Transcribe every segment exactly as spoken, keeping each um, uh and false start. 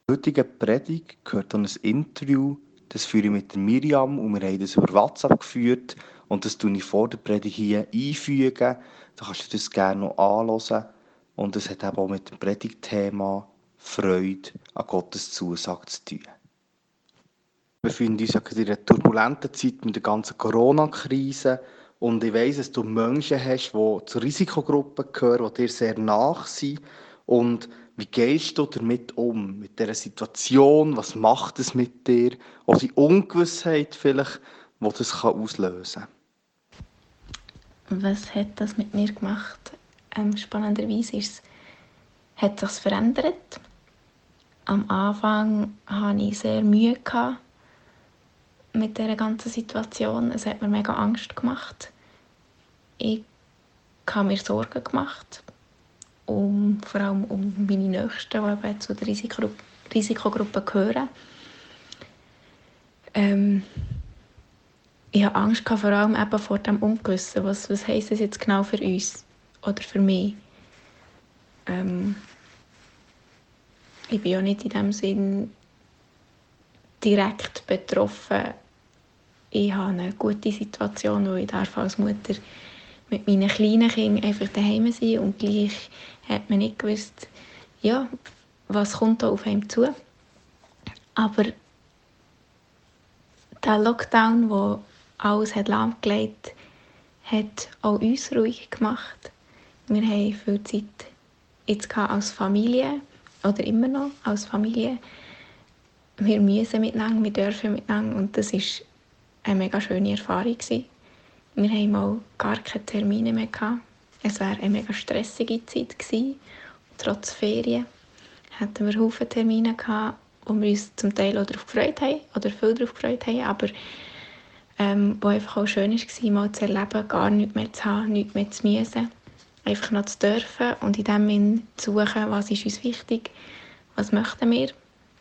Heutige Predigt gehört an ein Interview, das führe ich mit der Miriam und wir haben das über WhatsApp geführt und das tue ich vor der Predigt hier einfügen. Da kannst du das gerne noch anhören und es hat eben auch mit dem Predigtthema Freude an Gottes Zusage zu tun. Wir befinden uns ja in einer turbulenten Zeit mit der ganzen Corona-Krise und ich weiss, dass du Menschen hast, die zur Risikogruppe gehören, die dir sehr nahe sind. Und wie gehst du damit um, mit dieser Situation? Was macht es mit dir? Auch die Ungewissheit vielleicht, die das auslösen kann. Was hat das mit mir gemacht? Ähm, spannenderweise ist es, hat sich verändert. Am Anfang hatte ich sehr Mühe mit dieser ganzen Situation. Es hat mir mega Angst gemacht. Ich habe mir Sorgen gemacht, um, vor allem um meine Nächsten, die eben zu der Risikogruppe, Risikogruppe gehören. Ähm, ich hatte Angst vor allem eben vor dem Ungewissen. Was, was heisst das jetzt genau für uns oder für mich? Ähm, ich bin ja nicht in dem Sinn direkt betroffen. Ich habe eine gute Situation, wo ich darf als Mutter mit meinen kleinen Kindern einfach daheim sein und gleich hat man nicht gewusst, ja, was kommt da auf einem zu. Aber der Lockdown, der alles hat lahmgelegt hat, hat auch uns ruhig gemacht. Wir haben viel Zeit jetzt als Familie oder immer noch als Familie. Wir müssen miteinander, wir dürfen miteinander und das war eine mega schöne Erfahrung. Wir hatten mal gar keine Termine mehr. Es war eine mega stressige Zeit gewesen. Trotz Ferien hatten wir viele Termine gehabt, wo wir uns zum Teil auch darauf gefreut haben oder viel darauf gefreut haben, aber ähm, wo einfach auch schön war, mal zu erleben, gar nichts mehr zu haben, nichts mehr zu müssen. Einfach noch zu dürfen und in dem Sinne zu suchen, was ist uns wichtig, was möchten wir.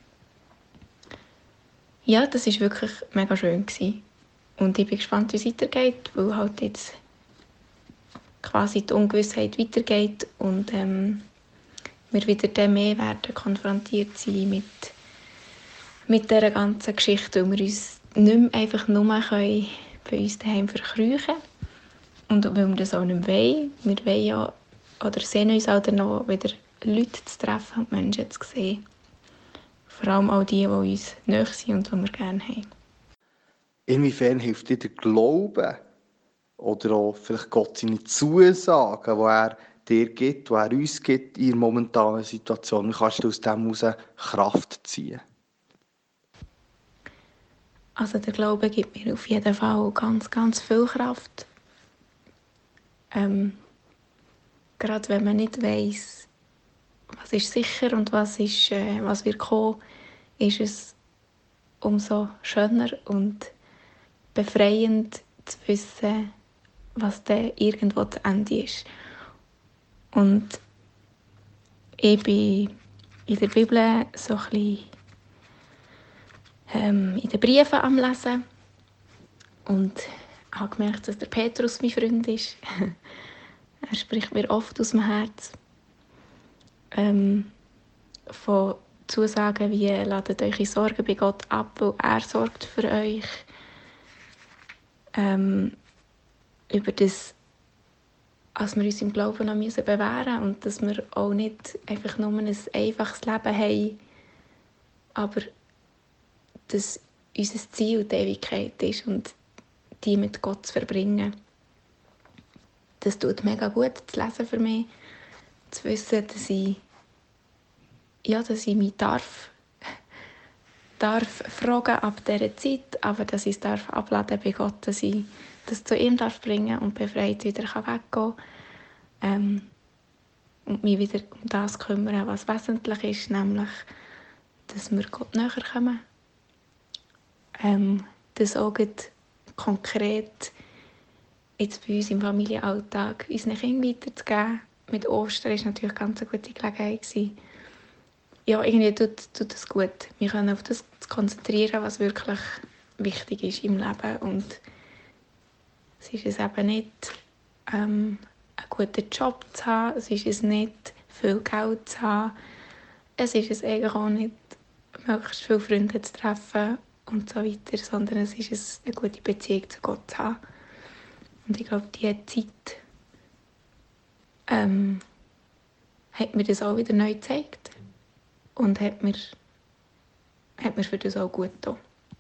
Ja, das war wirklich mega schön gewesen. Und ich bin gespannt, wie es weitergeht, weil halt jetzt quasi die Ungewissheit weitergeht und ähm, wir wieder mehr werden konfrontiert sein mit, mit dieser ganzen Geschichte, weil wir uns nicht mehr einfach nur können bei uns daheim verkriechen und weil wir das auch nicht mehr wollen. Wir wollen ja, oder sehen uns auch noch wieder Leute zu treffen und Menschen zu sehen. Vor allem auch die, die uns nahe sind und die wir gerne haben. Inwiefern hilft dir der Glaube oder auch vielleicht Gott seine Zusagen, die er dir gibt, die er uns gibt in der momentanen Situation? Wie kannst du aus dem heraus Kraft ziehen? Also der Glaube gibt mir auf jeden Fall ganz, ganz viel Kraft. Ähm, gerade wenn man nicht weiss, was ist sicher und was, ist, äh, was wird kommen, ist es umso schöner und befreiend zu wissen, was dann irgendwo zu Ende ist. Und ich bin in der Bibel so ein bisschen ähm, in den Briefen am Lesen und habe gemerkt, dass der Petrus mein Freund ist. Er spricht mir oft aus dem Herz. Ähm, von Zusagen wie «Ladet eure Sorgen bei Gott ab, weil er sorgt für euch». Ähm, über das, dass wir uns im Glauben noch bewähren müssen und dass wir auch nicht einfach nur ein einfaches Leben haben, aber dass unser Ziel die Ewigkeit ist und die mit Gott zu verbringen. Das tut mega gut zu lesen für mich, zu wissen, dass ich, ja, dass ich mich darf, darf fragen ab dieser Zeit, aber dass ich es darf abladen bei Gott, dass ich das zu ihm darf bringen und befreit wieder weggehen kann. Ähm, und mich wieder um das kümmern, was wesentlich ist, nämlich, dass wir Gott näher kommen. Ähm, das auch konkret jetzt bei uns im Familienalltag unseren Kindern weiterzugeben. Mit Ostern war natürlich ganz eine gute Gelegenheit. Ja, irgendwie tut, tut das gut. Wir können auf das konzentrieren, was wirklich wichtig ist im Leben. Und es ist es eben nicht, ähm, einen guten Job zu haben. Es ist es nicht, viel Geld zu haben. Es ist es eigentlich auch nicht, möglichst viele Freunde zu treffen und so weiter, sondern es ist es, eine gute Beziehung zu Gott zu haben. Und ich glaube, diese Zeit ähm, hat mir das auch wieder neu gezeigt und hat mir, hat mir für das auch gut getan.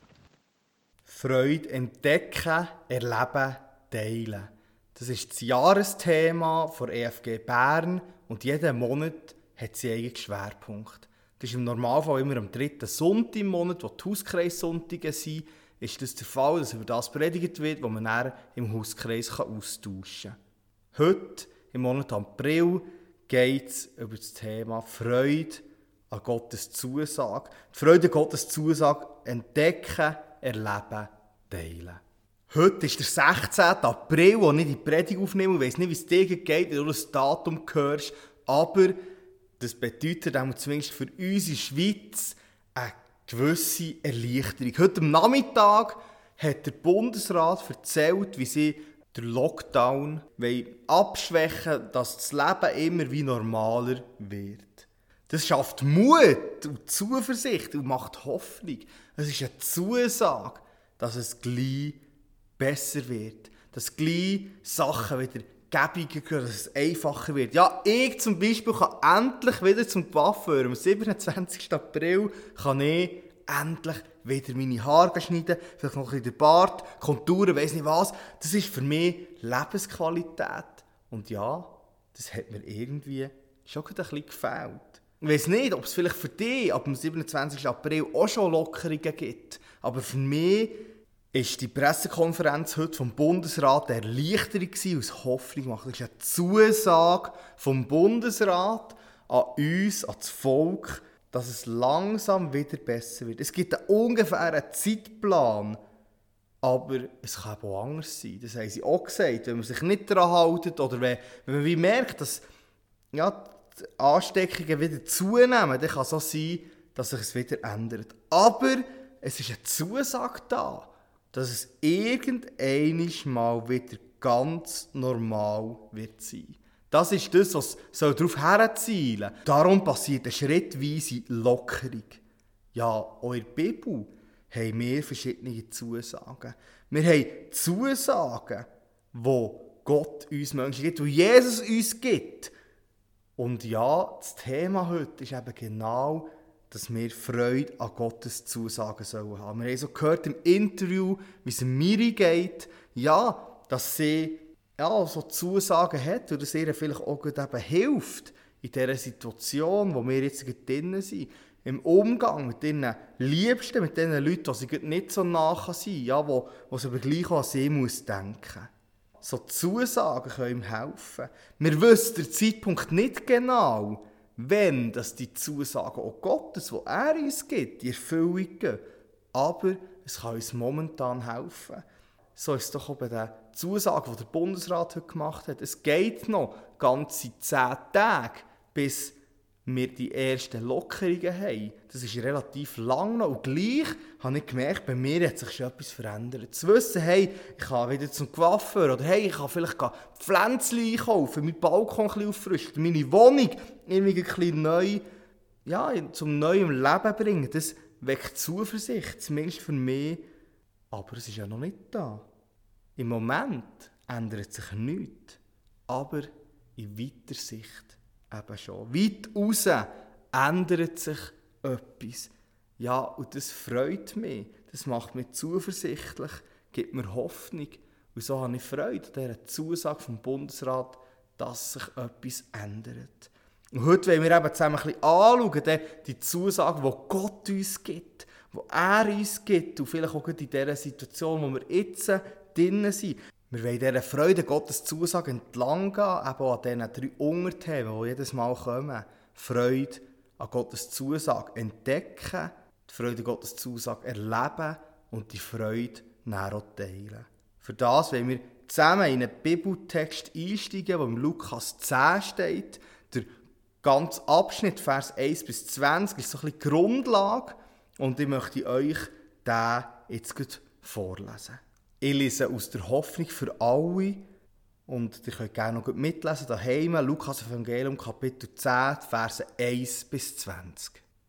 Freude entdecken, erleben, teilen. Das ist das Jahresthema der E F G Bern und jeden Monat hat sie einen eigenen Schwerpunkt. Das ist im Normalfall immer am dritten Sonntag im Monat, wo die Hauskreissonntage sind, ist das der Fall, dass über das predigt wird, was man dann im Hauskreis austauschen kann. Heute, im Monat April, geht es über das Thema Freude an Gottes Zusage. Die Freude an Gottes Zusage entdecken, erleben, teilen. Heute ist der sechzehnte April, wo ich die Predigt aufnehme. Ich weiss nicht, wie es dir geht, wenn du das Datum hörst, aber das bedeutet auch zumindest für unsere Schweiz eine gewisse Erleichterung. Heute am Nachmittag hat der Bundesrat erzählt, wie sie den Lockdown abschwächen wollen, dass das Leben immer wie normaler wird. Das schafft Mut und Zuversicht und macht Hoffnung. Es ist eine Zusage, dass es gleich besser wird. Dass gleich Sachen wieder gäbiger gehen, dass es einfacher wird. Ja, ich zum Beispiel kann endlich wieder zum Coiffeur. Am siebenundzwanzigsten April kann ich endlich wieder meine Haare schneiden, vielleicht noch ein bisschen den Bart, Konturen, weiss nicht was. Das ist für mich Lebensqualität. Und ja, das hat mir irgendwie schon ein bisschen gefällt. Ich weiss nicht, ob es vielleicht für dich ab dem siebenundzwanzigsten April auch schon Lockerungen gibt. Aber für mich ist die Pressekonferenz heute vom Bundesrat eine Erleichterung gewesen, aus Hoffnung macht. Das ist eine Zusage vom Bundesrat an uns, an das Volk, dass es langsam wieder besser wird. Es gibt einen ungefähren Zeitplan, aber es kann auch anders sein. Das haben sie auch gesagt. Wenn man sich nicht daran hält oder wenn, wenn man wie merkt, dass ja, die Ansteckungen wieder zunehmen, dann kann es auch sein, dass sich es wieder ändert. Aber es ist eine Zusage da, dass es irgendeinmal mal wieder ganz normal wird sein. Das ist das, was darauf herzielen soll. Darum passiert eine schrittweise Lockerung. Ja, auch in der Bibel haben wir verschiedene Zusagen. Wir haben Zusagen, die Gott uns Menschen gibt, die Jesus uns gibt. Und ja, das Thema heute ist eben genau, dass wir Freude an Gottes Zusagen sollen haben. Wir haben so gehört im Interview, wie es Miri geht, ja, dass sie ja, so Zusagen hat und dass ihr vielleicht auch eben hilft in dieser Situation, wo wir jetzt drin sind. Im Umgang mit den Liebsten, mit den Leuten, die sie nicht so nah sind, ja, wo, wo sie aber gleich an sie muss denken. So Zusagen können ihm helfen. Wir wissen den Zeitpunkt nicht genau, wenn dass die Zusagen auch Gottes, die er uns gibt, die Erfüllung geben. Aber es kann uns momentan helfen. So ist es doch auch bei den Zusagen, die der Bundesrat heute gemacht hat. Es geht noch ganze zehn Tage, bis wir die ersten Lockerungen haben. Das ist relativ lang noch. Und gleich habe ich gemerkt, bei mir hat sich schon etwas verändert. Zu wissen, hey, ich kann wieder zum Coiffeur oder hey, ich kann vielleicht Pflänzchen einkaufen, meinen Balkon ein bisschen auffrischen, meine Wohnung irgendwie ein bisschen neu, ja, zum neuen Leben bringen. Das weckt Zuversicht, zumindest für mich. Aber es ist ja noch nicht da. Im Moment ändert sich nichts, aber in weiter Sicht eben schon. Weit raus ändert sich etwas. Ja, und das freut mich. Das macht mich zuversichtlich, gibt mir Hoffnung. Und so habe ich Freude an dieser Zusage vom Bundesrat, dass sich etwas ändert. Und heute wollen wir eben zusammen ein bisschen anschauen, die Zusage, die Gott uns gibt, die er uns gibt. Und vielleicht auch in dieser Situation, wo wir jetzt drin sind. Wir wollen dieser Freude Gottes Zusage entlang gehen, eben auch an diesen drei Unterthemen, die jedes Mal kommen. Freude an Gottes Zusage entdecken, die Freude Gottes Zusage erleben und die Freude näher auch teilen. Für das wollen wir zusammen in einen Bibeltext einsteigen, der im Lukas zehn steht. Der ganze Abschnitt, Vers eins bis zwanzig, ist so ein bisschen die Grundlage und ich möchte euch den jetzt gleich vorlesen. Ich lese aus der Hoffnung für alle und ihr könnt gerne noch mitlesen daheim. Lukas Evangelium Kapitel zehn, Verse eins bis zwanzig.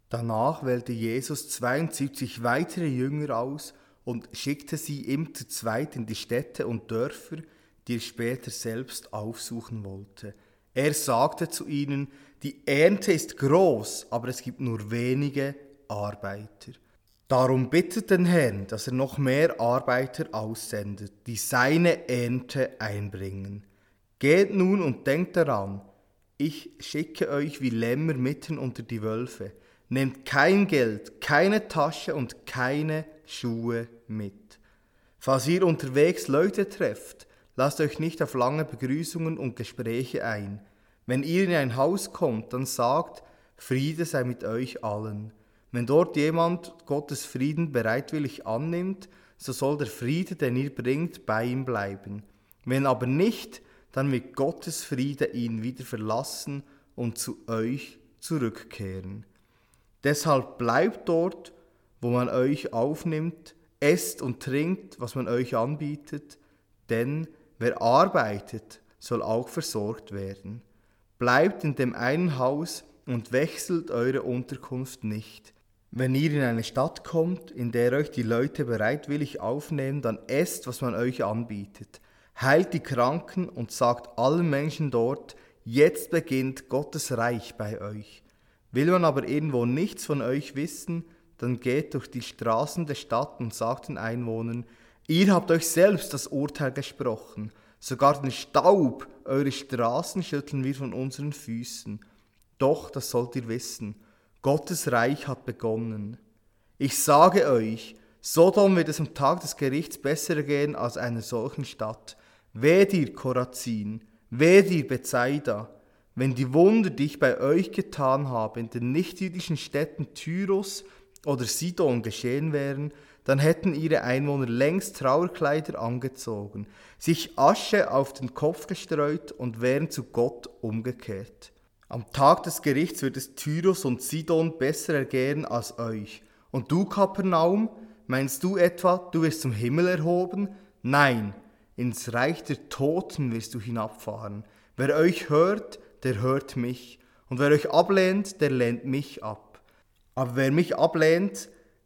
Danach wählte Jesus zweiundsiebzig weitere Jünger aus und schickte sie ihm zu zweit in die Städte und Dörfer, die er später selbst aufsuchen wollte. Er sagte zu ihnen: Die Ernte ist groß, aber es gibt nur wenige Arbeiter. Darum bittet den Herrn, dass er noch mehr Arbeiter aussendet, die seine Ernte einbringen. Geht nun und denkt daran, ich schicke euch wie Lämmer mitten unter die Wölfe. Nehmt kein Geld, keine Tasche und keine Schuhe mit. Falls ihr unterwegs Leute trefft, lasst euch nicht auf lange Begrüßungen und Gespräche ein. Wenn ihr in ein Haus kommt, dann sagt, Friede sei mit euch allen. Wenn dort jemand Gottes Frieden bereitwillig annimmt, so soll der Friede, den ihr bringt, bei ihm bleiben. Wenn aber nicht, dann wird Gottes Friede ihn wieder verlassen und zu euch zurückkehren. Deshalb bleibt dort, wo man euch aufnimmt, esst und trinkt, was man euch anbietet, denn wer arbeitet, soll auch versorgt werden. Bleibt in dem einen Haus und wechselt eure Unterkunft nicht. Wenn ihr in eine Stadt kommt, in der euch die Leute bereitwillig aufnehmen, dann esst, was man euch anbietet. Heilt die Kranken und sagt allen Menschen dort, jetzt beginnt Gottes Reich bei euch. Will man aber irgendwo nichts von euch wissen, dann geht durch die Straßen der Stadt und sagt den Einwohnern, ihr habt euch selbst das Urteil gesprochen, sogar den Staub eurer Straßen schütteln wir von unseren Füßen. Doch, das sollt ihr wissen, Gottes Reich hat begonnen. Ich sage euch, Sodom wird es am Tag des Gerichts besser gehen als einer solchen Stadt. Weh dir, Korazin, weh dir, Bethsaida, wenn die Wunder, die ich bei euch getan habe, in den nichtjüdischen Städten Tyros oder Sidon geschehen wären, dann hätten ihre Einwohner längst Trauerkleider angezogen, sich Asche auf den Kopf gestreut und wären zu Gott umgekehrt. Am Tag des Gerichts wird es Tyros und Sidon besser ergehen als euch. Und du, Kapernaum, meinst du etwa, du wirst zum Himmel erhoben? Nein, ins Reich der Toten wirst du hinabfahren. Wer euch hört, der hört mich. Und wer euch ablehnt, der lehnt mich ab. Aber wer mich ablehnt,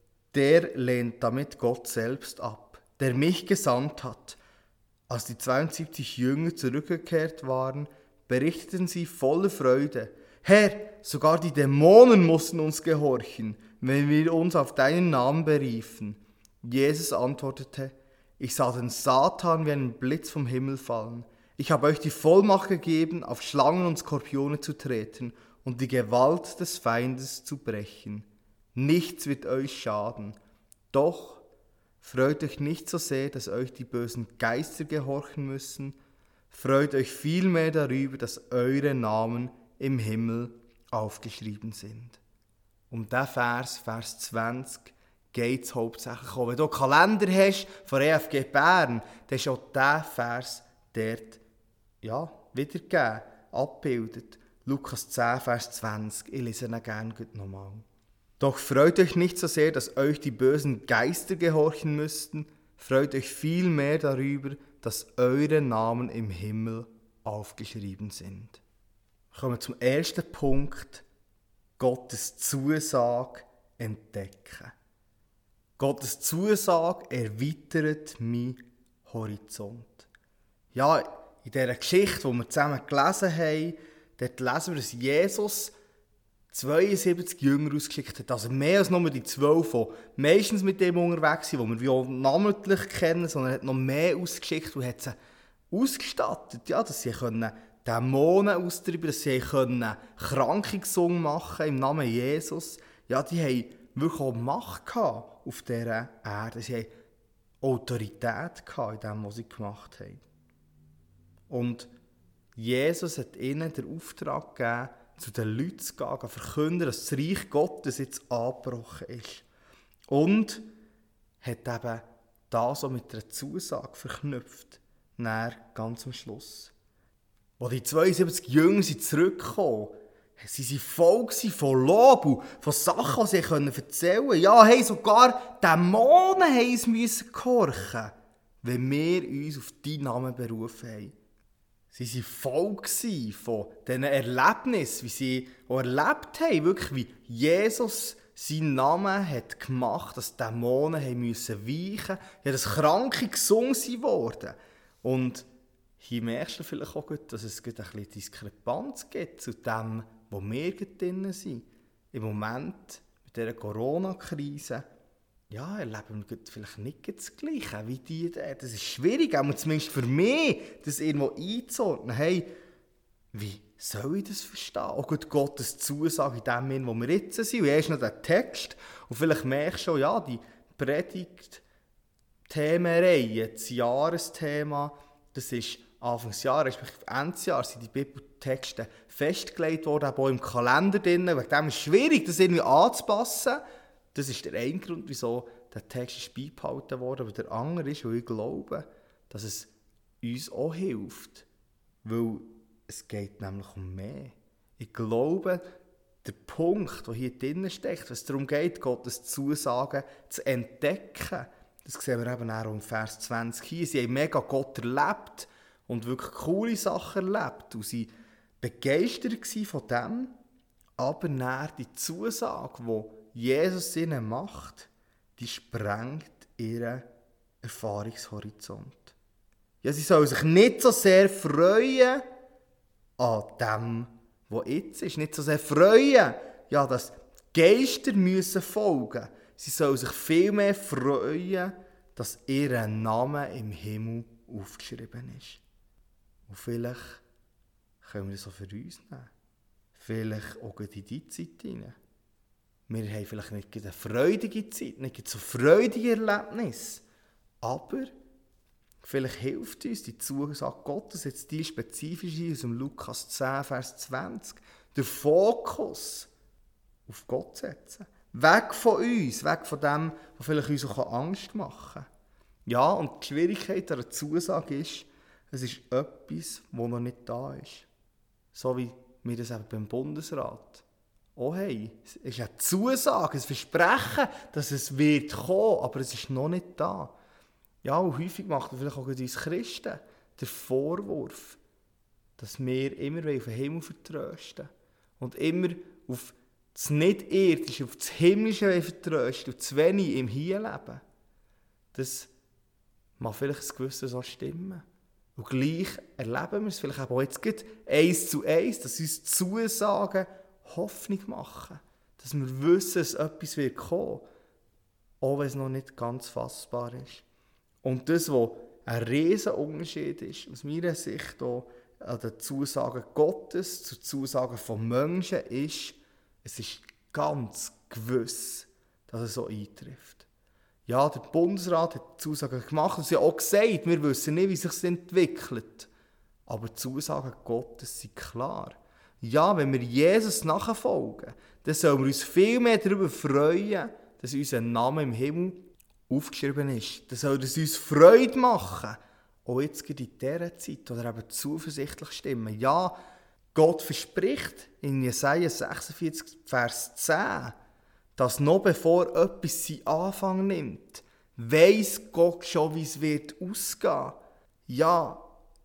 der lehnt damit Gott selbst ab, der mich gesandt hat. Als die zweiundsiebzig Jünger zurückgekehrt waren, berichteten sie voller Freude: Herr, sogar die Dämonen mussten uns gehorchen, wenn wir uns auf deinen Namen beriefen. Jesus antwortete: Ich sah den Satan wie einen Blitz vom Himmel fallen. Ich habe euch die Vollmacht gegeben, auf Schlangen und Skorpione zu treten und die Gewalt des Feindes zu brechen. Nichts wird euch schaden. Doch freut euch nicht so sehr, dass euch die bösen Geister gehorchen müssen. Freut euch vielmehr darüber, dass eure Namen im Himmel aufgeschrieben sind. Um diesen Vers, Vers zwanzig, geht es hauptsächlich auch. Wenn du einen Kalender hast von E F G Bern, dann ist auch dieser Vers dort ja, wiedergegeben, abgebildet. Lukas zehn, Vers zwanzig. Ich lese ihn gerne nochmal. Doch freut euch nicht so sehr, dass euch die bösen Geister gehorchen müssten. Freut euch vielmehr darüber, dass eure Namen im Himmel aufgeschrieben sind. Wir kommen zum ersten Punkt: Gottes Zusage entdecken. Gottes Zusage erweitert meinen Horizont. Ja, in dieser Geschichte, die wir zusammen gelesen haben, dort lesen wir, dass Jesus zweiundsiebzig Jünger ausgeschickt hat. Also mehr als nur die zwölf, die meistens mit dem unterwegs sind, die wir auch namentlich kennen, sondern er hat noch mehr ausgeschickt und hat sie ausgestattet, ja, dass sie können Dämonen austreiben, dass sie können Kranke gesungen machen im Namen Jesus. Ja, die haben wirklich auch Macht gehabt auf dieser Erde. Sie haben Autorität gehabt in dem, was sie gemacht haben. Und Jesus hat ihnen den Auftrag gegeben, zu den Leuten zu gehen, zu verkünden, dass das Reich Gottes jetzt angebrochen ist. Und hat eben das so mit einer Zusage verknüpft, dann ganz am Schluss. Als die zweiundsiebzig Jünger sind zurückgekommen, sie waren voll von Lob und von Sachen, die sie erzählen konnten. Ja, hey, sogar Dämonen mussten uns gehorchen, wenn wir uns auf deinen Namen berufen haben. Sie waren voll von diesen Erlebnissen, wie sie auch erlebt haben, wirklich wie Jesus seinen Namen hat gemacht, dass Dämonen haben müssen weichen, ja, dass Kranke gesund wurden. Und hier merkst du vielleicht auch gut, dass es ein bisschen Diskrepanz gibt zu dem, wo wir drin sind. Im Moment mit dieser Corona-Krise, ja, erleben wir vielleicht nicht das Gleiche wie die. Das ist schwierig, auch zumindest für mich, das irgendwo einzuordnen. Hey, wie soll ich das verstehen? Auch gut Gottes Zusage in dem Moment, wo wir jetzt sind. Und erst noch der Text. Und vielleicht merkst du schon, ja, die Predigt-Themenreihe, das Jahresthema, das ist Anfangsjahr, respektive Endsjahr, sind die Bibeltexte festgelegt worden, aber auch im Kalender drin. Wegen dem ist es schwierig, das irgendwie anzupassen. Das ist der eine Grund, wieso der Text ist beibehalten wurde. Aber der andere ist, weil ich glaube, dass es uns auch hilft. Weil es geht nämlich um mehr. Ich glaube, der Punkt, der hier drin steckt, was es darum geht, Gottes Zusagen zu entdecken, das sehen wir eben auch im Vers zwanzig hier. Sie haben mega Gott erlebt und wirklich coole Sachen erlebt. Und sie waren begeistert von dem, aber dann die Zusage, die Jesus ihnen macht, die sprengt ihren Erfahrungshorizont. Ja, sie sollen sich nicht so sehr freuen an dem, was jetzt ist. Nicht so sehr freuen, ja, dass die Geister müssen folgen. Sie sollen sich vielmehr freuen, dass ihr Name im Himmel aufgeschrieben ist. Und vielleicht können wir das auch für uns nehmen. Vielleicht auch in die Zeit hinein. Wir haben vielleicht nicht eine freudige Zeit, nicht so freudige Erlebnisse, aber vielleicht hilft uns die Zusage Gottes, jetzt die spezifisch aus dem Lukas zehn, Vers zwanzig, den Fokus auf Gott setzen. Weg von uns, weg von dem, was vielleicht uns auch Angst machen kann. Ja, und die Schwierigkeit an der Zusage ist, es ist etwas, das noch nicht da ist. So wie wir das eben beim Bundesrat oh hey, es ist eine Zusage, ein Versprechen, dass es wird kommen, aber es ist noch nicht da. Ja, und häufig macht man vielleicht auch uns Christen den Vorwurf, dass wir immer auf den Himmel vertrösten und immer auf das Nicht-Irdische, auf das Himmlische vertrösten und zu wenig im Hier leben. Das mag vielleicht ein gewisses so stimmen. Und gleich erleben wir es vielleicht auch jetzt gerade eins zu eins, dass uns Zusagen Hoffnung machen, dass wir wissen, dass etwas wird kommen, auch wenn es noch nicht ganz fassbar ist. Und das, was ein riesen Unterschied ist, aus meiner Sicht auch an den Zusagen Gottes zu Zusagen von Menschen, ist, es ist ganz gewiss, dass es so eintrifft. Ja, der Bundesrat hat Zusagen gemacht und sie hat auch gesagt, wir wissen nicht, wie sich es entwickelt. Aber die Zusagen Gottes sind klar. Ja, wenn wir Jesus nachfolgen, dann sollen wir uns viel mehr darüber freuen, dass unser Name im Himmel aufgeschrieben ist. Dann soll es uns Freude machen. Auch jetzt in dieser Zeit oder eben zuversichtlich stimmen. Ja, Gott verspricht in Jesaja sechsundvierzig, Vers zehn, dass noch bevor etwas seinen Anfang nimmt, weiss Gott schon, wie es wird ausgehen. Ja,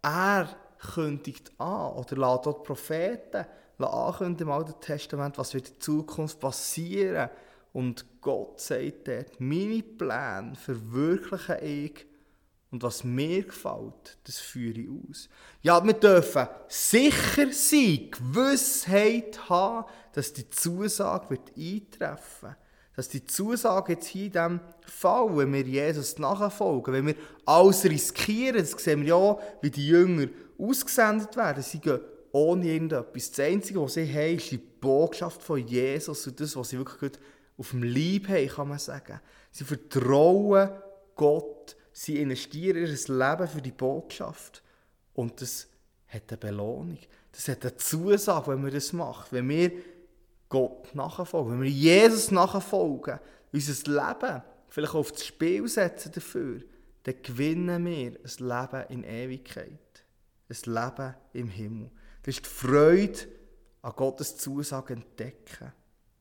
er kündigt an oder lässt dort Propheten ankündigen im Alten Testament, was wird in Zukunft passieren. Und Gott sagt dort, meine Pläne verwirkliche ich und was mir gefällt, das führe ich aus. Ja, wir dürfen sicher sein, Gewissheit haben, dass die Zusage wird eintreffen wird. Dass die Zusage jetzt hier in diesem Fall, wenn wir Jesus nachfolgen, wenn wir alles riskieren, das sehen wir ja, wie die Jünger ausgesendet werden. Sie gehen ohne irgendetwas. Das Einzige, was sie haben, ist die Botschaft von Jesus und das, was sie wirklich auf dem Leib haben, kann man sagen. Sie vertrauen Gott, sie investieren ihr Leben für die Botschaft. Und das hat eine Belohnung. Das hat eine Zusage, wenn man das macht. Wenn wir Gott nachfolgen, wenn wir Jesus nachfolgen, unser Leben vielleicht aufs Spiel setzen dafür, dann gewinnen wir ein Leben in Ewigkeit. Ein Leben im Himmel. Das ist die Freude an Gottes Zusage entdecken.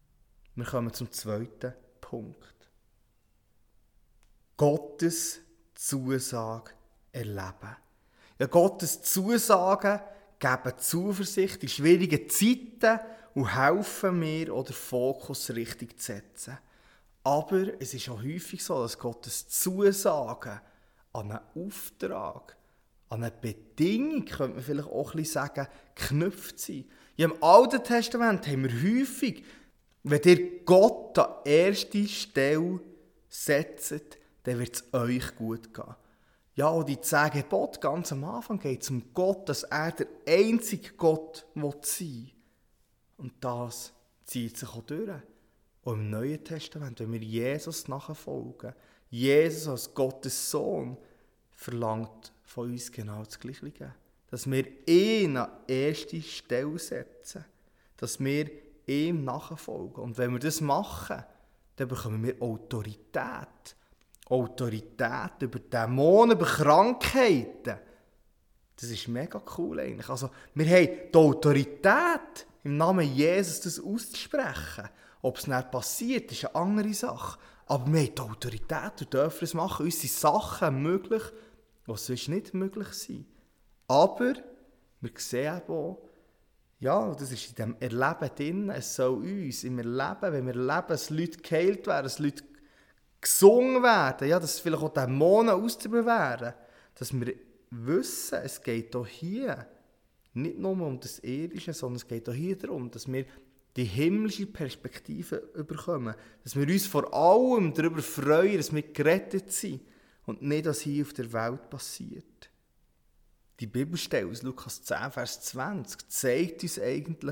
Wir kommen zum zweiten Punkt. Gottes Zusage erleben. Ja, Gottes Zusagen geben Zuversicht in schwierigen Zeiten und helfen mir, den Fokus richtig zu setzen. Aber es ist auch häufig so, dass Gottes Zusagen an einen Auftrag, an eine Bedingung, könnte man vielleicht auch ein bisschen sagen, geknüpft sind. Ja, im Alten Testament haben wir häufig, wenn ihr Gott an erste Stelle setzt, dann wird es euch gut gehen. Ja, und die zehn Gebote, ganz am Anfang geht es um Gott, dass er der einzige Gott sein will. Und das zieht sich auch durch. Auch im Neuen Testament, wenn wir Jesus nachfolgen, Jesus als Gottes Sohn verlangt von uns genau das Gleiche. Dass wir ihn an erste Stelle setzen. Dass wir ihm nachfolgen. Und wenn wir das machen, dann bekommen wir Autorität. Autorität über Dämonen, über Krankheiten. Das ist mega cool eigentlich. Also, wir haben die Autorität, im Namen Jesus das auszusprechen. Ob es nicht passiert, ist eine andere Sache. Aber wir haben die Autorität und dürfen es machen. Uns sind Sachen möglich, die sonst nicht möglich sind. Aber wir sehen eben auch, ja, das ist in diesem Erleben drin, es soll uns im Erleben, wenn wir erleben, dass Leute geheilt werden, dass Leute gesungen werden, ja, dass vielleicht auch Dämonen auszubewehren, dass wir wissen, es geht auch hier nicht nur um das Irdische, sondern es geht auch hier darum, dass wir die himmlische Perspektive bekommen, dass wir uns vor allem darüber freuen, dass wir gerettet sind und nicht, was hier auf der Welt passiert. Die Bibelstelle aus Lukas zehn, Vers zwanzig zeigt uns eigentlich,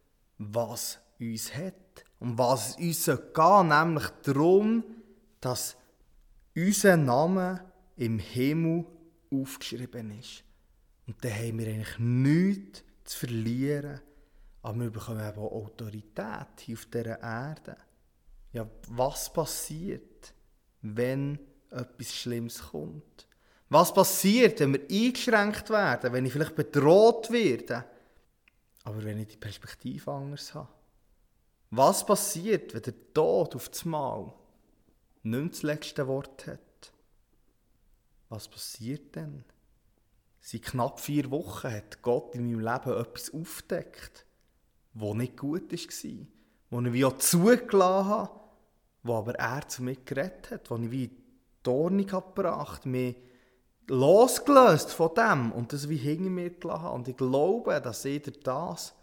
was uns hat und was es uns gehen soll, nämlich darum, dass unser Name im Himmel aufgeschrieben ist. Und dann haben wir eigentlich nichts zu verlieren, aber wir bekommen eben auch Autorität hier auf dieser Erde. Ja, was passiert, wenn etwas Schlimmes kommt? Was passiert, wenn wir eingeschränkt werden, wenn ich vielleicht bedroht werde, aber wenn ich die Perspektive anders habe? Was passiert, wenn der Tod auf das Mal nicht mehr das letzte Wort hat? Was passiert denn? Seit knapp vier Wochen hat Gott in meinem Leben etwas aufgedeckt, was nicht gut war, was ich wie auch zugelassen habe, wo aber er zu mir geredet hat, wo ich wie in die Ordnung gebracht habe, mich losgelöst von dem und das wie hinter mir gelassen habe. Und ich glaube, dass ich durch das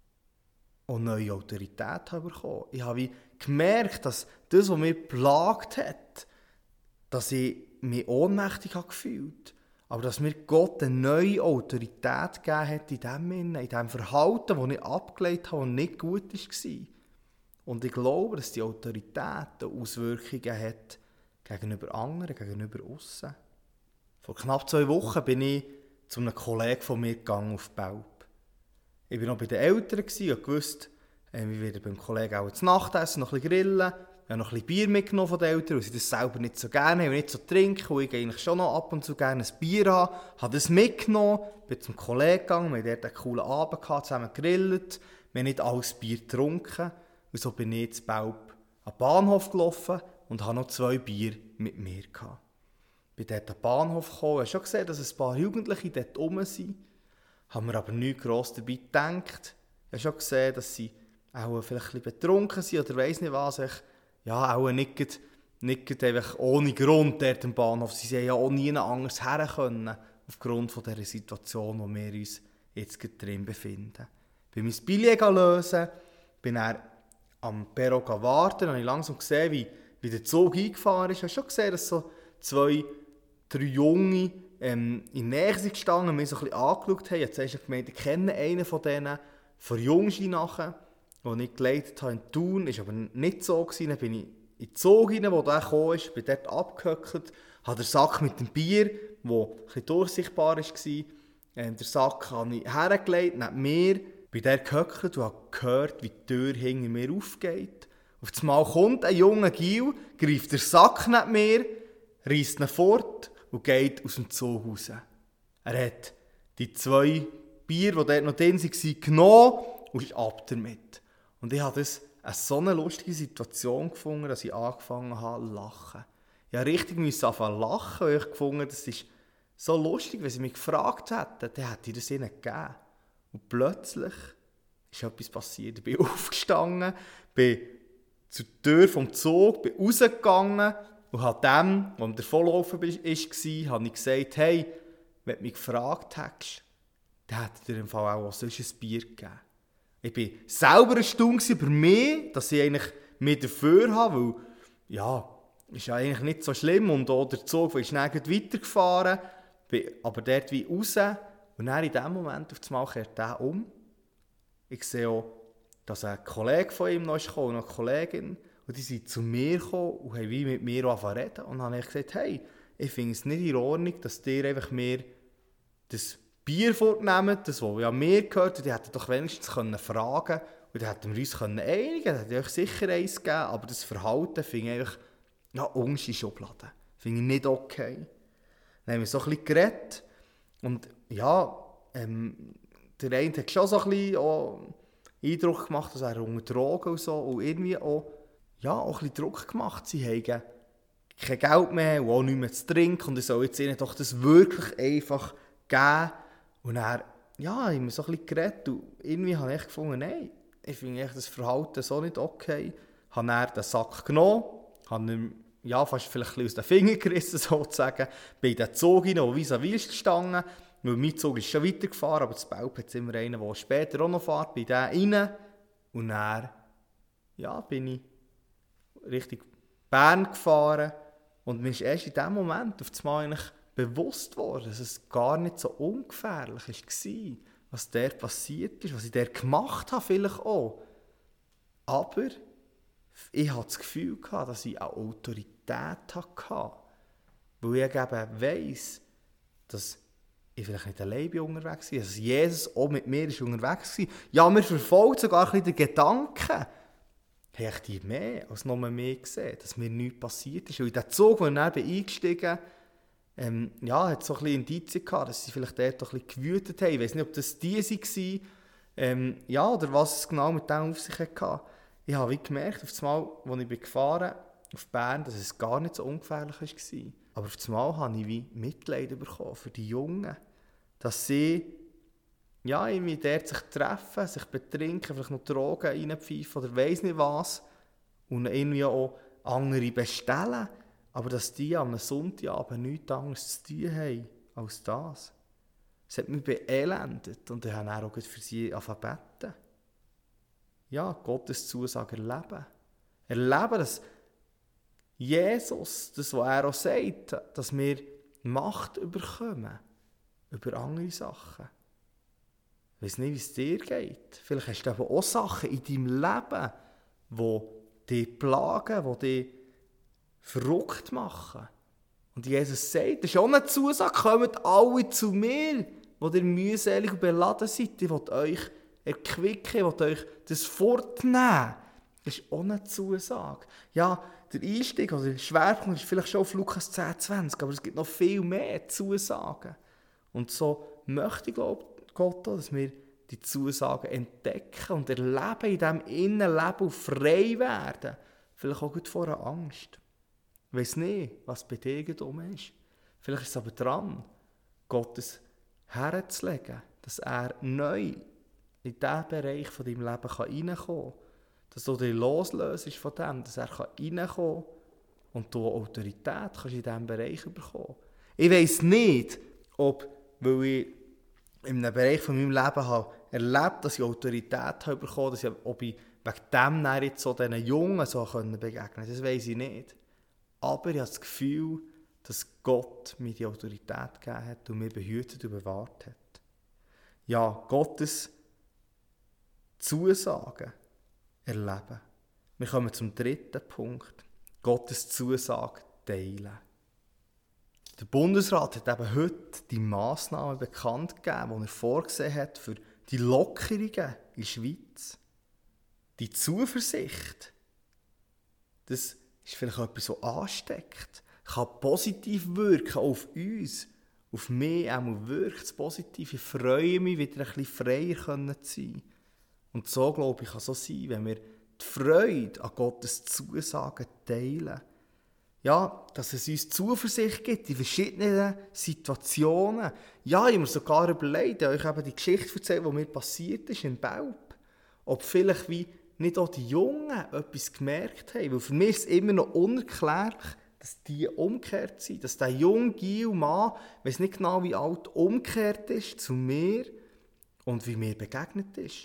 auch neue Autorität habe bekommen. Ich habe wie gemerkt, dass das, was mich geplagt hat, dass ich mich ohnmächtig habe gefühlt, aber dass mir Gott eine neue Autorität gegeben hat in dem Sinne, in dem Verhalten, das ich abgelehnt habe und nicht gut war. Und ich glaube, dass die Autorität Auswirkungen hat gegenüber anderen, gegenüber aussen. Vor knapp zwei Wochen bin ich zu einem Kollegen von mir gegangen auf Belp. Ich war noch bei den Eltern und wusste, ich werde beim Kollegen auch zu Nacht essen, noch ein bisschen grillen. Ich habe noch ein bisschen Bier mitgenommen von den Eltern, weil sie das selber nicht so gerne haben und nicht so trinken, und ich eigentlich schon noch ab und zu gerne ein Bier habe. Ich habe das mitgenommen, bin zum Kollegen gegangen, wir hatten dort einen coolen Abend gehabt, zusammen gegrillt. Wir haben nicht alles Bier getrunken. Und so bin ich zu Belp an den Bahnhof gelaufen und habe noch zwei Bier mit mir gehabt. Ich bin dort an den Bahnhof gekommen, ich habe schon gesehen, dass ein paar Jugendliche dort rum sind. Habe mir aber nichts gross dabei gedacht. Ich habe schon gesehen, dass sie auch vielleicht ein bisschen betrunken sind oder weiss nicht was. Ich, ja, auch nicht, nicht einfach ohne Grund dort am Bahnhof. Sie sind ja auch nie anders her können, aufgrund von dieser Situation, in der wir uns jetzt drin befinden. Ich bin mein Billett lösen, bin dann am Perron warten, und habe ich langsam gesehen, wie, wie der Zug eingefahren ist. Ich habe schon gesehen, dass so zwei, drei Junge ähm, in der Nähe sind gestanden und mich so ein bisschen angeschaut haben. Jetzt hast du gemeint, ich kenne einen von denen, von Jungski nachher, den ich geleitet habe in Thun. Das war aber nicht so gewesen. Dann bin ich in den Zug rein, wo der kam, bin dort abgehöckelt, habe den Sack mit dem Bier, der ein bisschen durchsichtbar war, ähm, den Sack habe ich hergelegt, neben mir, bin dort gehöckelt und habe gehört, wie die Tür hinter mir aufgeht. Auf einmal kommt ein junger Gil, greift den Sack neben mir, reisst ihn fort und geht aus dem Zug raus. Er hat die zwei Bier, die dort noch drin waren, genommen und ist ab damit. Und ich habe das eine so eine lustige Situation gefunden, dass ich angefangen habe zu lachen. Ich musste richtig anfangen zu lachen, weil ich gefunden habe, das ist so lustig, wenn sie mich gefragt hätten, dann hätte ich das ihnen gegeben. Und plötzlich ist etwas passiert. Ich bin aufgestanden, bin zur Tür vom Zug, bin rausgegangen und habe dem, der davonlaufen war, habe ich gesagt, hey, wenn du mich gefragt hättest, dann hätte dir im Fall auch sonst ein Bier gegeben. Ich war selber erstaunt über mich, dass ich eigentlich mehr dafür habe, weil, ja, ist ja eigentlich nicht so schlimm und auch der Zug ist schnell weitergefahren, bin aber dort wie raus und dann in dem Moment auf einmal kehrt der um. Ich sehe auch, dass ein Kollege von ihm noch ist gekommen, eine Kollegin, und die sind zu mir gekommen und haben wie mit mir angefangen zu reden. Und dann habe ich gesagt, hey, ich finde es nicht in Ordnung, dass ihr einfach mir das Bier fortnehmt, das, was ja mir gehört, und die hätten doch wenigstens können fragen und dann hätten wir uns können einigen können, dann hätte ich euch sicher eins gegeben, aber das Verhalten finde ich einfach, ja, unterste Schublade. Finde ich nicht okay. Dann haben wir so ein bisschen geredet und ja, ähm, der eine hat schon so ein bisschen auch Eindruck gemacht, dass er unter Drogen und so und irgendwie auch, ja, auch ein bisschen Druck gemacht. Sie haben kein Geld mehr und auch nichts mehr zu trinken und ich soll jetzt ihnen doch das wirklich einfach geben. Und dann, ja, haben wir so ein bisschen geredet und irgendwie habe ich gefunden, nein, ich finde das Verhalten so nicht okay. Ich habe dann den Sack genommen, habe ihn ja, fast vielleicht ein bisschen aus den Fingern gerissen, sozusagen, bin in den Zug rein, der vis-à-vis ist gestanden, weil mein Zug ist schon weitergefahren, aber das Belp hat immer einen, der später auch noch fährt, bin da rein und dann, ja, bin ich Richtung Bern gefahren und mir ist erst in dem Moment auf einmal eigentlich bewusst worden, dass es gar nicht so ungefährlich war, was dort passiert ist, was ich dort gemacht habe, vielleicht auch. Aber ich hatte das Gefühl, dass ich eine Autorität hatte, weil ich eben weiss, dass ich vielleicht nicht alleine unterwegs war, dass Jesus auch mit mir ist unterwegs war. Ja, mir verfolgt sogar ein bisschen der Gedanke, habe ich die mehr als nur mehr gesehen, dass mir nichts passiert ist. Und in den Zug, wo ich dann eingestiegen bin, ähm, ja, hat so ein bisschen Indizien gehabt, dass sie vielleicht dort ein bisschen gewütet haben. Ich weiss nicht, ob das die waren, ähm, ja, oder was es genau mit dem auf sich hatte. Ich habe wie gemerkt, auf einmal, als ich bin gefahren bin, auf Bern, dass es gar nicht so ungefährlich war. Aber auf einmal habe ich wie Mitleid bekommen für die Jungen, dass sie ja, irgendwie dort sich treffen, sich betrinken, vielleicht noch Drogen reinpfeifen oder weiss nicht was und irgendwie auch andere bestellen, aber dass die am Sonntagabend nichts anderes zu tun haben als das. Es hat mich beelendet und ich habe dann auch für sie angefangen zu beten. Ja, Gottes Zusage erleben. Erleben, dass Jesus, das, was er auch sagt, dass wir Macht bekommen über andere Sachen. Ich weiss nicht, wie es dir geht. Vielleicht hast du aber auch Sachen in deinem Leben, die dich plagen, die dich verrückt machen. Und Jesus sagt, das ist auch eine Zusage, kommt alle zu mir, die ihr mühselig und beladen seid. Ich will euch erquicken, ich will euch das fortnehmen. Das ist auch eine Zusage. Ja, der Einstieg oder der Schwerpunkt ist vielleicht schon auf Lukas zehn, zwanzig, aber es gibt noch viel mehr Zusagen. Und so möchte ich, glaube Gott auch, dass wir die Zusagen entdecken und erleben, in diesem Innenleben und frei werden. Vielleicht auch vor einer Angst. Ich weiss nicht, was bei dir dumm ist. Vielleicht ist es aber dran, Gottes herzulegen, dass er neu in diesen Bereich von deinem Leben reinkommen kann. Dass du dich loslöst von dem, dass er reinkommen kann und du Autorität kannst in diesem Bereich bekommen. Ich weiss nicht, ob, weil ich in einem Bereich von meinem Leben habe erlebt, dass ich Autorität habe bekommen, dass ich, ob ich wegen dem dann jetzt so diesen Jungen so begegnen konnte, das weiss ich nicht. Aber ich habe das Gefühl, dass Gott mir die Autorität gegeben hat und mir behütet und bewahrt hat. Ja, Gottes Zusagen erleben. Wir kommen zum dritten Punkt. Gottes Zusage teilen. Der Bundesrat hat eben heute die Massnahmen bekannt gegeben, die er vorgesehen hat für die Lockerungen in der Schweiz. Die Zuversicht, das ist vielleicht auch etwas, was ansteckt, kann positiv wirken auf uns, auf mich auch wirkt es positiv. Ich freue mich, wieder ein bisschen freier zu sein. Und so, glaube ich, kann es so sein, wenn wir die Freude an Gottes Zusagen teilen, Ja, dass es uns Zuversicht gibt in verschiedenen Situationen. Ja, ich habe mir sogar überlegt, ich habe euch eben die Geschichte erzählt, die mir passiert ist in Belp. Ob vielleicht wie nicht auch die Jungen etwas gemerkt haben. Weil für mich ist es immer noch unerklärlich, dass die umgekehrt sind. Dass der junge Gil Mann, ich weiss nicht genau wie alt, umgekehrt ist zu mir und wie mir begegnet ist.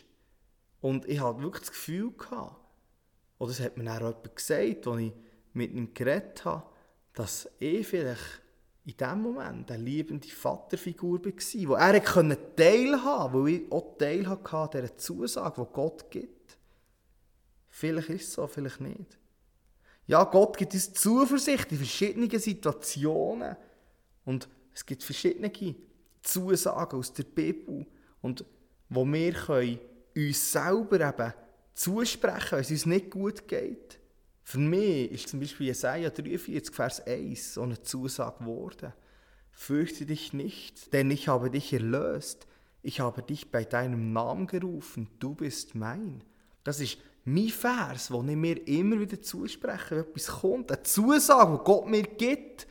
Und ich hatte wirklich das Gefühl gehabt, oder es hat mir dann auch jemand gesagt, als ich mit ihm geredet habe, dass ich vielleicht in dem Moment eine liebende Vaterfigur war, wo er teilhaben konnte, weil ich auch Teil hatte an dieser Zusage, die Gott gibt. Vielleicht ist es so, vielleicht nicht. Ja, Gott gibt uns Zuversicht in verschiedenen Situationen. Und es gibt verschiedene Zusagen aus der Bibel, und wo wir können uns selber eben zusprechen, wenn es uns nicht gut geht. Für mich ist zum Beispiel Jesaja dreiundvierzig, Vers eins so eine Zusage geworden. Fürchte dich nicht, denn ich habe dich erlöst. Ich habe dich bei deinem Namen gerufen. Du bist mein. Das ist mein Vers, den ich mir immer wieder zuspreche, wenn etwas kommt. Eine Zusage, die Gott mir gibt.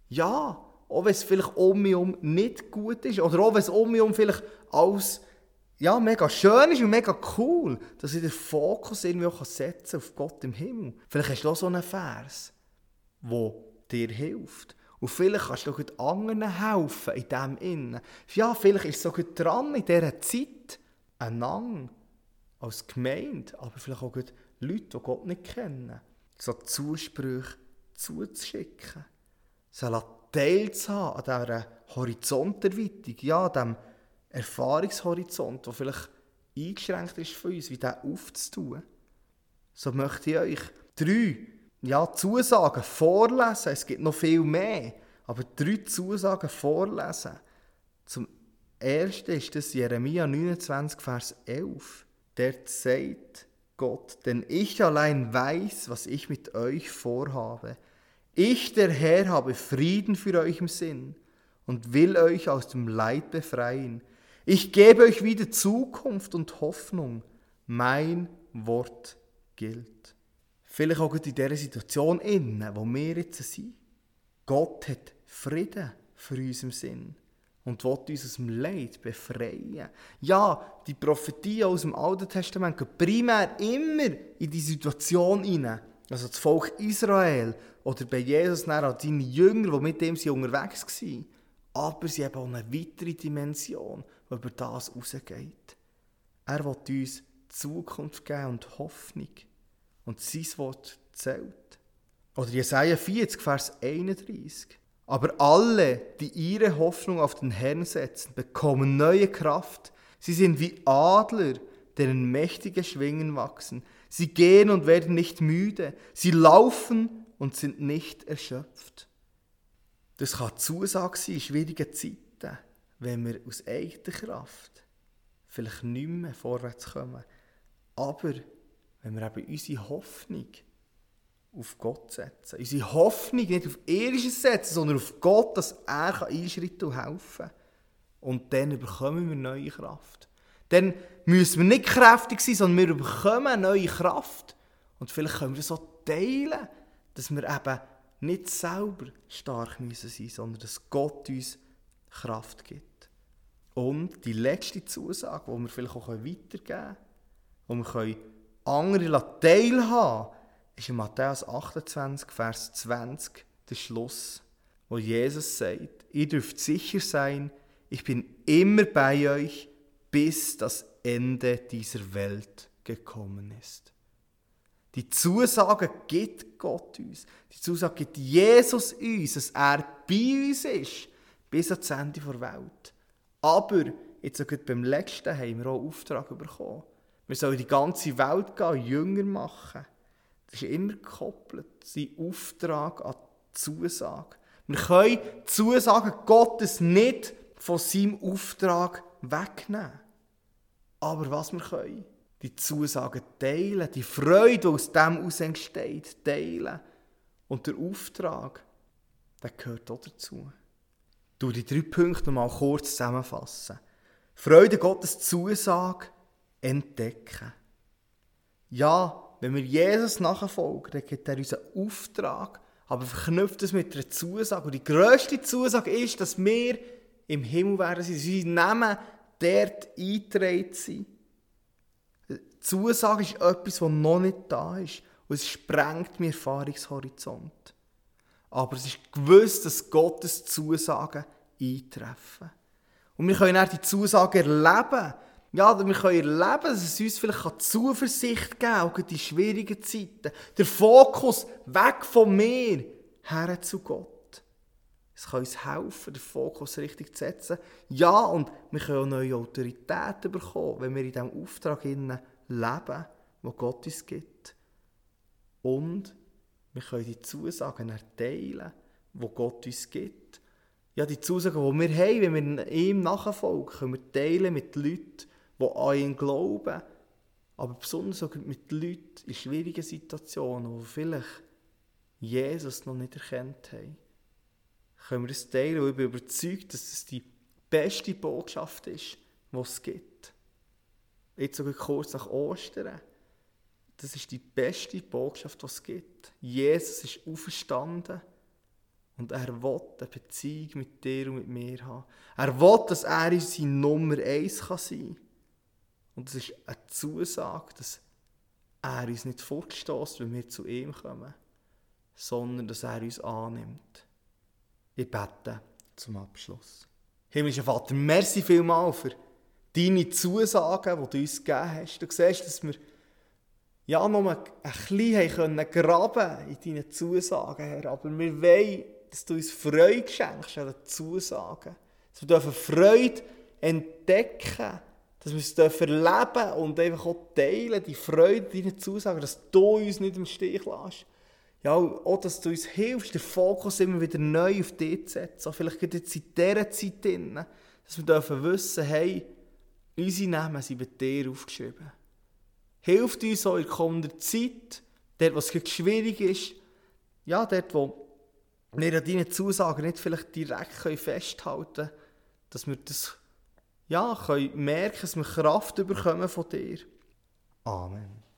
Ja, auch wenn es vielleicht um mich herum nicht gut ist. Oder auch wenn es um mich herum vielleicht alles ja, mega schön ist und mega cool, dass ich den Fokus irgendwie auch setzen kann auf Gott im Himmel. Vielleicht hast du auch so einen Vers, der dir hilft. Und vielleicht kannst du auch anderen helfen in dem Innen. Ja, vielleicht ist es sogar dran in dieser Zeit, einander als Gemeinde, aber vielleicht auch Leute, die Gott nicht kennen, so Zusprüche zuzuschicken. So Teil zu haben an dieser Horizonterweiterung, ja, an diesem Erfahrungshorizont, der vielleicht eingeschränkt ist für uns, wie das aufzutun. So möchte ich euch drei ja, Zusagen vorlesen. Es gibt noch viel mehr, aber drei Zusagen vorlesen. Zum ersten ist das Jeremia neunundzwanzig, Vers elf. Der sagt Gott, denn ich allein weiß, was ich mit euch vorhabe. Ich, der Herr, habe Frieden für euch im Sinn und will euch aus dem Leid befreien. Ich gebe euch wieder Zukunft und Hoffnung. Mein Wort gilt. Vielleicht auch in dieser Situation, in wo wir jetzt sind. Gott hat Frieden für uns im Sinn und will uns aus dem Leid befreien. Ja, die Prophetien aus dem Alten Testament gehen primär immer in die Situation hinein. Also das Volk Israel oder bei Jesus an seine Jünger, die mit ihm unterwegs waren. Aber sie haben auch eine weitere Dimension, die über das hinausgeht. Er will uns Zukunft geben und Hoffnung. Und sein Wort zählt. Oder Jesaja vierzig, Vers einunddreißig. Aber alle, die ihre Hoffnung auf den Herrn setzen, bekommen neue Kraft. Sie sind wie Adler, deren mächtige Schwingen wachsen. Sie gehen und werden nicht müde. Sie laufen und sind nicht erschöpft. Das kann Zusage sein in schwierigen Zeiten, wenn wir aus eigener Kraft vielleicht nicht mehr vorwärts kommen. Aber wenn wir eben unsere Hoffnung auf Gott setzen, unsere Hoffnung nicht auf Irdisches setzen, sondern auf Gott, dass er einschreiten und helfen kann. Und dann bekommen wir neue Kraft. Dann müssen wir nicht kräftig sein, sondern wir bekommen neue Kraft. Und vielleicht können wir das so teilen, dass wir eben nicht selber stark müssen sein, sondern dass Gott uns Kraft gibt. Und die letzte Zusage, die wir vielleicht auch weitergeben können, wo wir andere teilhaben können, ist in Matthäus achtundzwanzig, Vers zwanzig, der Schluss, wo Jesus sagt, ihr dürft sicher sein, ich bin immer bei euch, bis das Ende dieser Welt gekommen ist. Die Zusage gibt Gott uns. Die Zusage gibt Jesus uns, dass er bei uns ist, bis ans Ende der Welt. Aber, jetzt sogar beim Letzten haben wir auch einen Auftrag bekommen. Wir sollen die ganze Welt gehen und Jünger machen. Das ist immer gekoppelt, sein Auftrag an die Zusage. Wir können die Zusagen Gottes nicht von seinem Auftrag wegnehmen. Aber was wir können, die Zusagen teilen, die Freude, die aus dem heraus entsteht, teilen. Und der Auftrag, der gehört auch dazu. Du die drei Punkte noch mal kurz zusammenfassen. Freude Gottes Zusage entdecken. Ja, wenn wir Jesus nachfolgen, dann gibt er uns einen Auftrag aber verknüpft es mit einer Zusage. Und die grösste Zusage ist, dass wir im Himmel werden sein, dass unser Namen dort eingetragen sind. Die Zusage ist etwas, das noch nicht da ist. Und es sprengt meinen Erfahrungshorizont. Aber es ist gewiss, dass Gottes Zusagen eintreffen. Und wir können auch die Zusage erleben. Ja, wir können erleben, dass es uns vielleicht Zuversicht geben kann, auch in die schwierigen Zeiten. Der Fokus weg von mir, her zu Gott. Es kann uns helfen, den Fokus richtig zu setzen. Ja, und wir können auch neue Autorität bekommen, wenn wir in diesem Auftrag leben, den Gott uns gibt. Und wir können die Zusagen erteilen, die Gott uns gibt. Ja, die Zusagen, die wir haben, wenn wir ihm nachfolgen, können wir teilen mit Leuten, die an ihn glauben. Aber besonders auch mit Leuten in schwierigen Situationen, die vielleicht Jesus noch nicht erkannt haben. Können wir das teilen, weil ich bin überzeugt, dass es die beste Botschaft ist, die es gibt. Jetzt sogar kurz nach Ostern. Das ist die beste Botschaft, die es gibt. Jesus ist auferstanden und er will eine Beziehung mit dir und mit mir haben. Er will, dass er unsere Nummer eins sein kann. Und es ist eine Zusage, dass er uns nicht fortstößt, wenn wir zu ihm kommen, sondern dass er uns annimmt. Ich bete zum Abschluss. Himmlischer Vater, merci vielmals für deine Zusagen, die du uns gegeben hast. Du siehst, dass wir ja noch ein bisschen graben in deinen Zusagen, Herr. Aber wir wollen, dass du uns Freude schenkst an den Zusagen. Dass wir dürfen Freude entdecken, dass wir es dürfen erleben und einfach auch teilen, die Freude deiner Zusagen, dass du uns nicht im Stich lässt. Ja, auch, dass du uns hilfst, den Fokus immer wieder neu auf dich zu setzen. Vielleicht gerade jetzt in dieser Zeit drin, dass wir dürfen wissen, hey, unsere Namen sind bei dir aufgeschrieben. Hilft uns auch in der kommenden Zeit, dort, wo es schwierig ist, ja, dort, wo wir an deinen Zusagen nicht vielleicht direkt festhalten können, dass wir das ja, können merken, dass wir Kraft bekommen von dir. Amen.